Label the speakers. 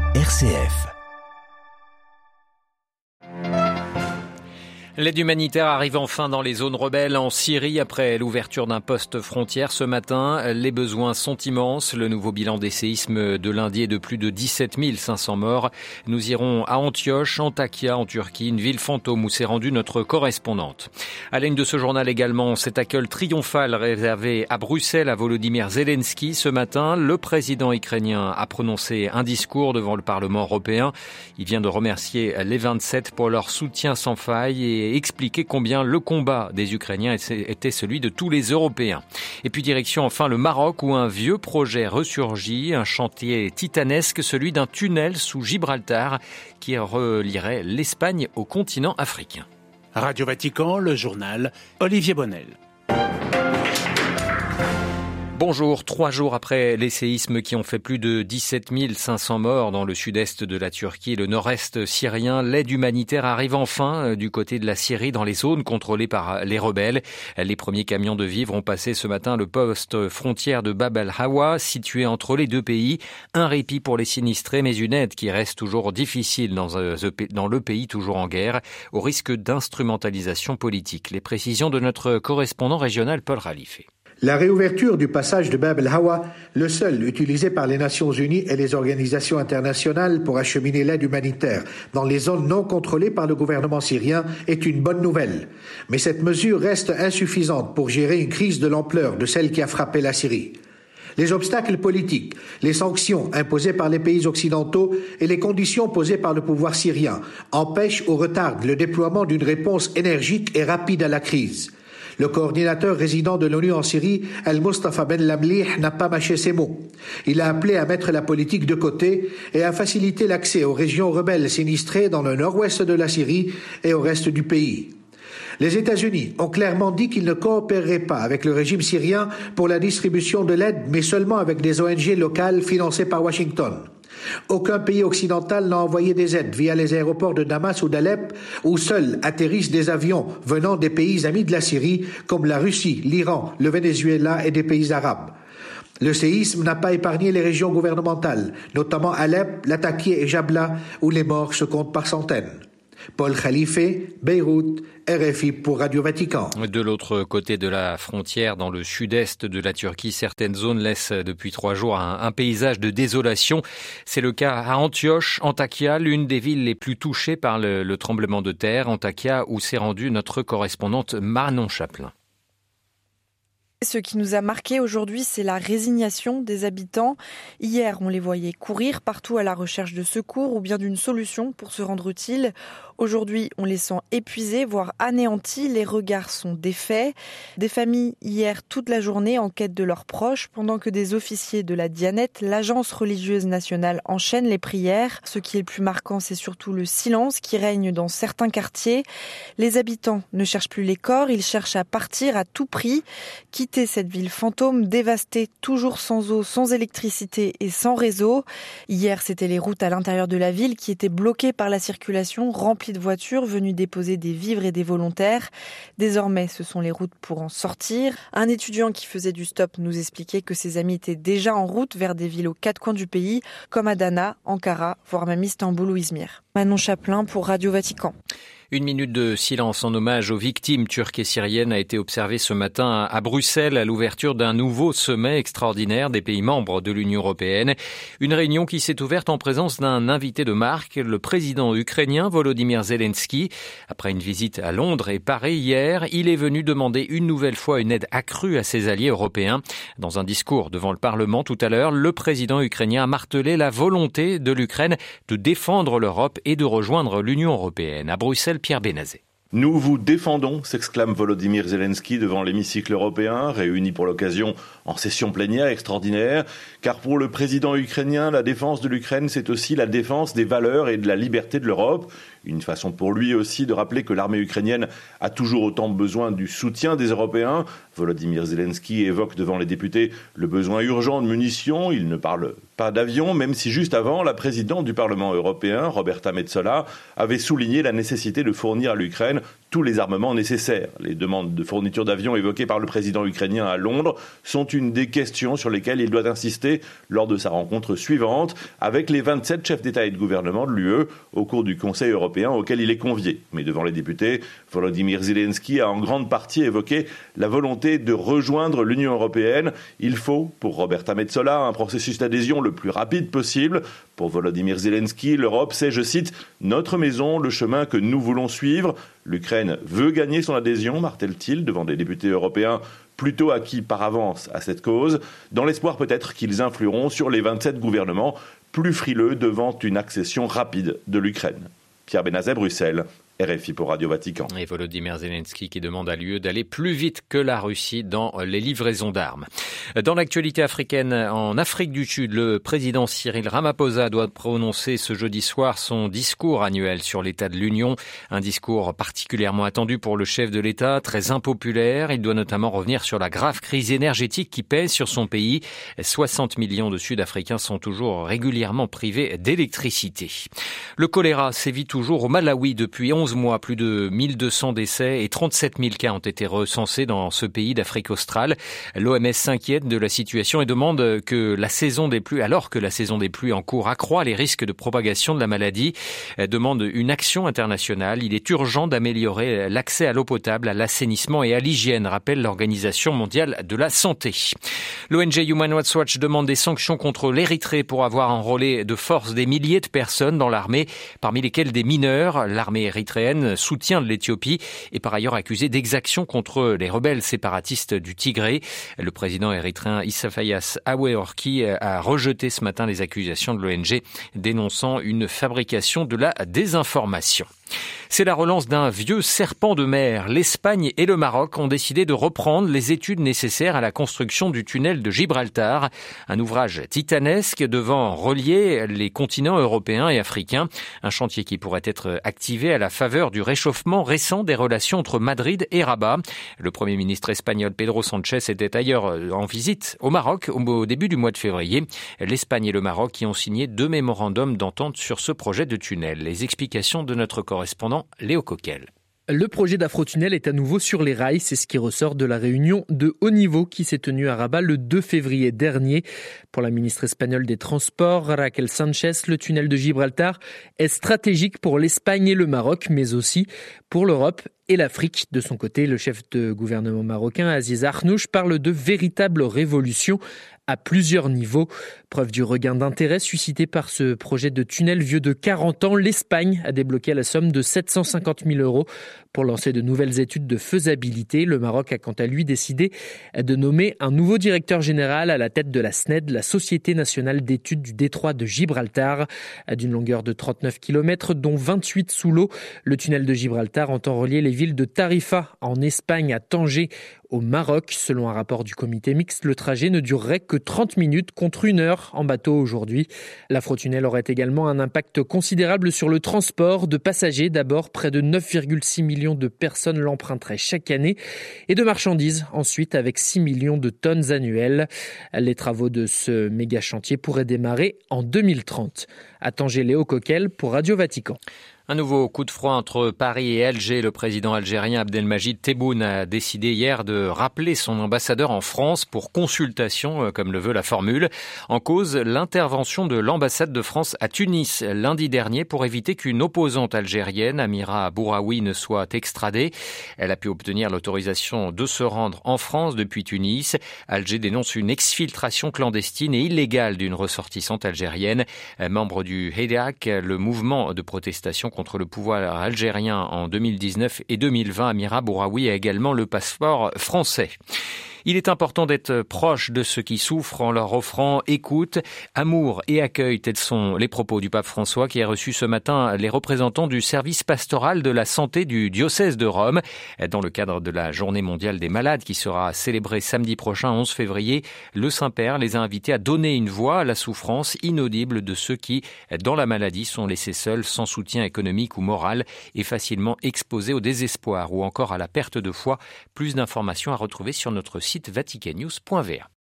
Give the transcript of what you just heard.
Speaker 1: RCF.
Speaker 2: L'aide humanitaire arrive enfin dans les zones rebelles en Syrie après l'ouverture d'un poste frontière ce matin. Les besoins sont immenses. Le nouveau bilan des séismes de lundi est de plus de 17 500 morts. Nous irons à Antioche, Antakya en Turquie, une ville fantôme où s'est rendue notre correspondante. À la une de ce journal également, cet accueil triomphal réservé à Bruxelles à Volodymyr Zelensky. Ce matin, le président ukrainien a prononcé un discours devant le Parlement européen. Il vient de remercier les 27 pour leur soutien sans faille et expliquer combien le combat des Ukrainiens était celui de tous les Européens. Et puis direction enfin le Maroc où un vieux projet ressurgit, un chantier titanesque, celui d'un tunnel sous Gibraltar qui relierait l'Espagne au continent africain.
Speaker 3: Radio Vatican, le journal, Olivier Bonnel.
Speaker 2: Bonjour, 3 jours après les séismes qui ont fait plus de 17 500 morts dans le sud-est de la Turquie et le nord-est syrien, l'aide humanitaire arrive enfin du côté de la Syrie dans les zones contrôlées par les rebelles. Les premiers camions de vivres ont passé ce matin le poste frontière de Bab el-Hawa, situé entre les deux pays. Un répit pour les sinistrés, mais une aide qui reste toujours difficile dans le pays toujours en guerre, au risque d'instrumentalisation politique. Les précisions de notre correspondant régional Paul Khalife.
Speaker 4: La réouverture du passage de Bab el-Hawa, le seul utilisé par les Nations Unies et les organisations internationales pour acheminer l'aide humanitaire dans les zones non contrôlées par le gouvernement syrien, est une bonne nouvelle. Mais cette mesure reste insuffisante pour gérer une crise de l'ampleur de celle qui a frappé la Syrie. Les obstacles politiques, les sanctions imposées par les pays occidentaux et les conditions posées par le pouvoir syrien empêchent ou retardent le déploiement d'une réponse énergique et rapide à la crise. Le coordinateur résident de l'ONU en Syrie, Al-Mustafa Ben Lamlih, n'a pas mâché ses mots. Il a appelé à mettre la politique de côté et à faciliter l'accès aux régions rebelles sinistrées dans le nord-ouest de la Syrie et au reste du pays. Les États-Unis ont clairement dit qu'ils ne coopéreraient pas avec le régime syrien pour la distribution de l'aide, mais seulement avec des ONG locales financées par Washington. Aucun pays occidental n'a envoyé des aides via les aéroports de Damas ou d'Alep, où seuls atterrissent des avions venant des pays amis de la Syrie, comme la Russie, l'Iran, le Venezuela et des pays arabes. Le séisme n'a pas épargné les régions gouvernementales, notamment Alep, Latakia et Jabla, où les morts se comptent par centaines. Paul Khalife, Beyrouth, RFI pour Radio Vatican.
Speaker 2: De l'autre côté de la frontière, dans le sud-est de la Turquie, certaines zones laissent depuis 3 jours un paysage de désolation. C'est le cas à Antioche, Antakya, l'une des villes les plus touchées par le tremblement de terre. Antakya, où s'est rendue notre correspondante Manon Chaplin.
Speaker 5: Ce qui nous a marqué aujourd'hui, c'est la résignation des habitants. Hier, on les voyait courir partout à la recherche de secours ou bien d'une solution pour se rendre utile. Aujourd'hui, on les sent épuisés, voire anéantis. Les regards sont défaits. Des familles, hier, toute la journée, en quête de leurs proches, pendant que des officiers de la Diyanet, l'agence religieuse nationale, enchaînent les prières. Ce qui est le plus marquant, c'est surtout le silence qui règne dans certains quartiers. Les habitants ne cherchent plus les corps, ils cherchent à partir à tout prix. Quitter cette ville fantôme, dévastée, toujours sans eau, sans électricité et sans réseau. Hier, c'était les routes à l'intérieur de la ville qui étaient bloquées par la circulation, remplies de voitures venues déposer des vivres et des volontaires. Désormais, ce sont les routes pour en sortir. Un étudiant qui faisait du stop nous expliquait que ses amis étaient déjà en route vers des villes aux 4 coins du pays, comme Adana, Ankara, voire même Istanbul ou Izmir. Manon Chaplin pour Radio Vatican.
Speaker 2: Une minute de silence en hommage aux victimes turques et syriennes a été observée ce matin à Bruxelles à l'ouverture d'un nouveau sommet extraordinaire des pays membres de l'Union européenne. Une réunion qui s'est ouverte en présence d'un invité de marque, le président ukrainien Volodymyr Zelensky. Après une visite à Londres et Paris hier, il est venu demander une nouvelle fois une aide accrue à ses alliés européens. Dans un discours devant le Parlement tout à l'heure, le président ukrainien a martelé la volonté de l'Ukraine de défendre l'Europe et de rejoindre l'Union européenne. À Bruxelles, Pierre Benazet.
Speaker 6: Nous vous défendons, s'exclame Volodymyr Zelensky devant l'hémicycle européen, réuni pour l'occasion en session plénière extraordinaire. Car pour le président ukrainien, la défense de l'Ukraine, c'est aussi la défense des valeurs et de la liberté de l'Europe. Une façon pour lui aussi de rappeler que l'armée ukrainienne a toujours autant besoin du soutien des Européens. Volodymyr Zelensky évoque devant les députés le besoin urgent de munitions. Il ne parle pas d'avions, même si juste avant, la présidente du Parlement européen, Roberta Metsola, avait souligné la nécessité de fournir à l'Ukraine tous les armements nécessaires. Les demandes de fourniture d'avions évoquées par le président ukrainien à Londres sont une des questions sur lesquelles il doit insister lors de sa rencontre suivante avec les 27 chefs d'État et de gouvernement de l'UE au cours du Conseil européen auquel il est convié. Mais devant les députés, Volodymyr Zelensky a en grande partie évoqué la volonté de rejoindre l'Union européenne. Il faut, pour Roberta Metsola, un processus d'adhésion le plus rapide possible. Pour Volodymyr Zelensky, l'Europe, c'est, je cite, « notre maison, le chemin que nous voulons suivre ». L'Ukraine veut gagner son adhésion, martèle-t-il, devant des députés européens plutôt acquis par avance à cette cause, dans l'espoir peut-être qu'ils influeront sur les 27 gouvernements plus frileux devant une accession rapide de l'Ukraine. Pierre Benazet, Bruxelles. RFI pour Radio Vatican.
Speaker 2: Et Volodymyr Zelensky qui demande à l'UE d'aller plus vite que la Russie dans les livraisons d'armes. Dans l'actualité africaine, en Afrique du Sud, le président Cyril Ramaphosa doit prononcer ce jeudi soir son discours annuel sur l'état de l'Union. Un discours particulièrement attendu pour le chef de l'État, très impopulaire. Il doit notamment revenir sur la grave crise énergétique qui pèse sur son pays. 60 millions de Sud-Africains sont toujours régulièrement privés d'électricité. Le choléra sévit toujours au Malawi depuis 11 mois. Plus de 1200 décès et 37 000 cas ont été recensés dans ce pays d'Afrique australe. L'OMS s'inquiète de la situation et demande que la saison des pluies, alors que la saison des pluies en cours accroît les risques de propagation de la maladie, demande une action internationale. Il est urgent d'améliorer l'accès à l'eau potable, à l'assainissement et à l'hygiène, rappelle l'Organisation mondiale de la santé. L'ONG Human Rights Watch demande des sanctions contre l'Érythrée pour avoir enrôlé de force des milliers de personnes dans l'armée, parmi lesquelles des mineurs. L'armée érythréenne soutient l'Éthiopie est par ailleurs accusée d'exactions contre les rebelles séparatistes du Tigré. Le président érythréen Issaïas Afwerki a rejeté ce matin les accusations de l'ONG, dénonçant une fabrication de la désinformation. C'est la relance d'un vieux serpent de mer. L'Espagne et le Maroc ont décidé de reprendre les études nécessaires à la construction du tunnel de Gibraltar. Un ouvrage titanesque devant relier les continents européens et africains. Un chantier qui pourrait être activé à la faveur du réchauffement récent des relations entre Madrid et Rabat. Le Premier ministre espagnol Pedro Sánchez était ailleurs en visite au Maroc au début du mois de février. L'Espagne et le Maroc qui ont signé 2 mémorandums d'entente sur ce projet de tunnel. Les explications de notre correspondant Léo Coquel.
Speaker 1: Le projet d'Afrotunnel est à nouveau sur les rails, c'est ce qui ressort de la réunion de haut niveau qui s'est tenue à Rabat le 2 février dernier. Pour la ministre espagnole des Transports, Raquel Sánchez, le tunnel de Gibraltar est stratégique pour l'Espagne et le Maroc, mais aussi pour l'Europe et l'Afrique. De son côté, le chef de gouvernement marocain, Aziz Arnouch, parle de véritable révolution à plusieurs niveaux. Preuve du regain d'intérêt suscité par ce projet de tunnel vieux de 40 ans, l'Espagne a débloqué la somme de 750 000 € pour lancer de nouvelles études de faisabilité. Le Maroc a quant à lui décidé de nommer un nouveau directeur général à la tête de la SNED, la Société nationale d'études du détroit de Gibraltar. D'une longueur de 39 km, dont 28 sous l'eau, le tunnel de Gibraltar entend relier les villes de Tarifa en Espagne à Tanger au Maroc. Selon un rapport du comité mixte, le trajet ne durerait que 30 minutes contre 1 heure en bateau aujourd'hui. L'Afrotunnel aurait également un impact considérable sur le transport de passagers. D'abord, près de 9,6 millions de personnes l'emprunteraient chaque année et de marchandises ensuite avec 6 millions de tonnes annuelles. Les travaux de ce méga chantier pourraient démarrer en 2030. À Tanger, Léo Coquel pour Radio Vatican.
Speaker 2: Un nouveau coup de froid entre Paris et Alger. Le président algérien Abdelmajid Tebboune a décidé hier de rappeler son ambassadeur en France pour consultation, comme le veut la formule. En cause, l'intervention de l'ambassade de France à Tunis lundi dernier pour éviter qu'une opposante algérienne, Amira Bouraoui, ne soit extradée. Elle a pu obtenir l'autorisation de se rendre en France depuis Tunis. Alger dénonce une exfiltration clandestine et illégale d'une ressortissante algérienne, membre du Heidak, le mouvement de protestation contre le pouvoir algérien en 2019 et 2020. Amira Bouraoui a également le passeport français. Il est important d'être proche de ceux qui souffrent en leur offrant écoute, amour et accueil. Tels sont les propos du pape François qui a reçu ce matin les représentants du service pastoral de la santé du diocèse de Rome. Dans le cadre de la Journée mondiale des malades qui sera célébrée samedi prochain, 11 février, le Saint-Père les a invités à donner une voix à la souffrance inaudible de ceux qui, dans la maladie, sont laissés seuls, sans soutien économique ou moral et facilement exposés au désespoir ou encore à la perte de foi. Plus d'informations à retrouver sur notre site vaticannews.va.